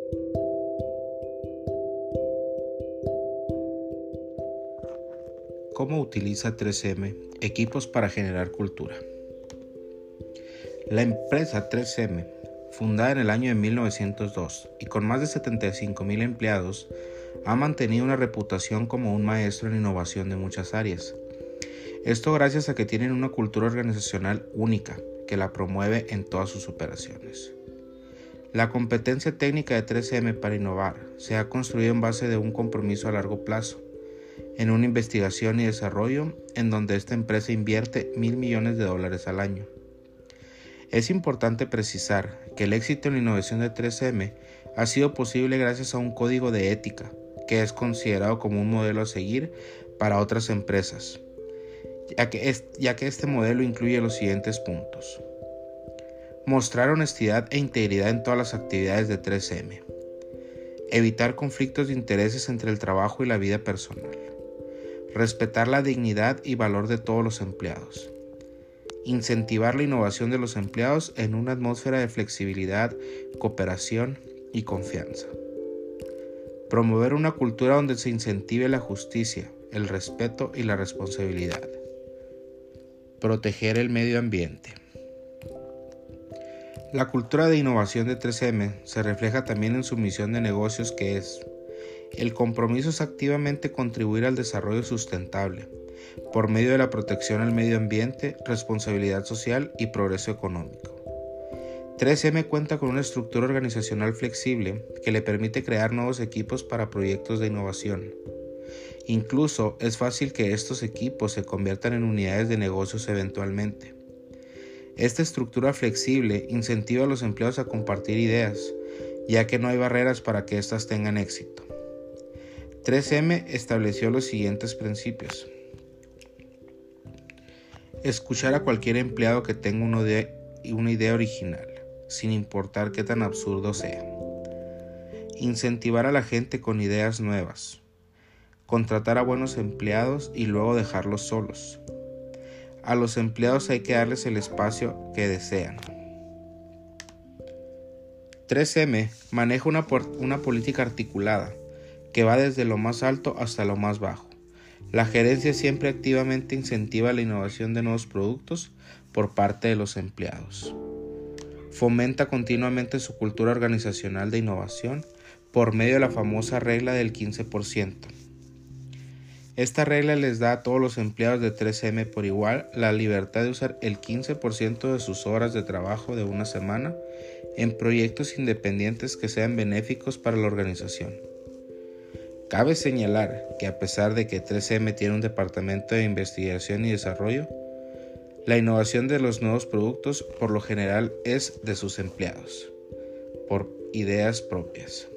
¿Cómo utiliza 3M equipos para generar cultura? La empresa 3M, fundada en el año de 1902 y con más de 75,000 empleados, ha mantenido una reputación como un maestro en innovación de muchas áreas. Esto gracias a que tienen una cultura organizacional única que la promueve en todas sus operaciones. La competencia técnica de 3M para innovar se ha construido en base de un compromiso a largo plazo, en una investigación y desarrollo en donde esta empresa invierte $1,000 millones al año. Es importante precisar que el éxito en la innovación de 3M ha sido posible gracias a un código de ética que es considerado como un modelo a seguir para otras empresas, ya que este modelo incluye los siguientes puntos. Mostrar honestidad e integridad en todas las actividades de 3M. Evitar conflictos de intereses entre el trabajo y la vida personal. Respetar la dignidad y valor de todos los empleados. Incentivar la innovación de los empleados en una atmósfera de flexibilidad, cooperación y confianza. Promover una cultura donde se incentive la justicia, el respeto y la responsabilidad. Proteger el medio ambiente. La cultura de innovación de 3M se refleja también en su misión de negocios, que es: el compromiso es activamente contribuir al desarrollo sustentable por medio de la protección al medio ambiente, responsabilidad social y progreso económico. 3M cuenta con una estructura organizacional flexible que le permite crear nuevos equipos para proyectos de innovación. Incluso es fácil que estos equipos se conviertan en unidades de negocios eventualmente. Esta estructura flexible incentiva a los empleados a compartir ideas, ya que no hay barreras para que éstas tengan éxito. 3M estableció los siguientes principios. Escuchar a cualquier empleado que tenga una idea original, sin importar qué tan absurdo sea. Incentivar a la gente con ideas nuevas. Contratar a buenos empleados y luego dejarlos solos. A los empleados hay que darles el espacio que desean. 3M maneja una política articulada que va desde lo más alto hasta lo más bajo. La gerencia siempre activamente incentiva la innovación de nuevos productos por parte de los empleados. Fomenta continuamente su cultura organizacional de innovación por medio de la famosa regla del 15%. Esta regla les da a todos los empleados de 3M por igual la libertad de usar el 15% de sus horas de trabajo de una semana en proyectos independientes que sean benéficos para la organización. Cabe señalar que a pesar de que 3M tiene un departamento de investigación y desarrollo, la innovación de los nuevos productos por lo general es de sus empleados, por ideas propias.